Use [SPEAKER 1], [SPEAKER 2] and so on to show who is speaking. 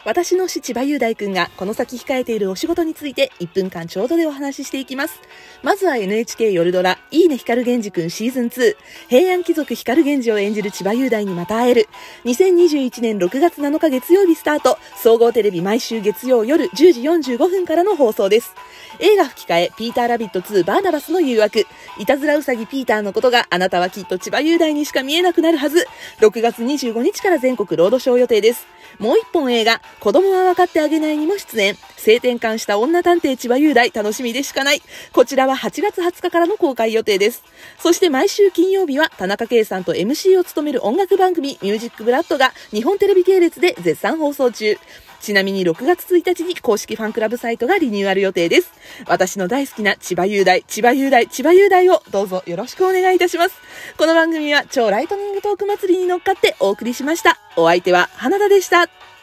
[SPEAKER 1] 私の師千葉雄大くんがこの先控えているお仕事について1分間ちょうどでお話ししていきます。まずは NHK 夜ドラいいね光源氏くんシーズン2、平安貴族光源氏を演じる千葉雄大にまた会える。2021年6月7日月曜日スタート、総合テレビ毎週月曜夜10時45分からの放送です。映画吹き替えピーターラビット2バーナバスの誘惑、いたずらうさぎピーターのことがあなたはきっと千葉雄大にしか見えなくなるはず。6月25日から全国ロードショー予定です。もう一本映画子供は分かってあげないにも出演、性転換した女探偵千葉雄大、楽しみでしかない。こちらは8月20日からの公開予定です。そして毎週金曜日は田中圭さんと MC を務める音楽番組ミュージックブラッドが日本テレビ系列で絶賛放送中。ちなみに6月1日に公式ファンクラブサイトがリニューアル予定です。私の大好きな千葉雄大をどうぞよろしくお願いいたします。この番組は超ライトニングトーク祭りに乗っかってお送りしました。お相手は花田でした。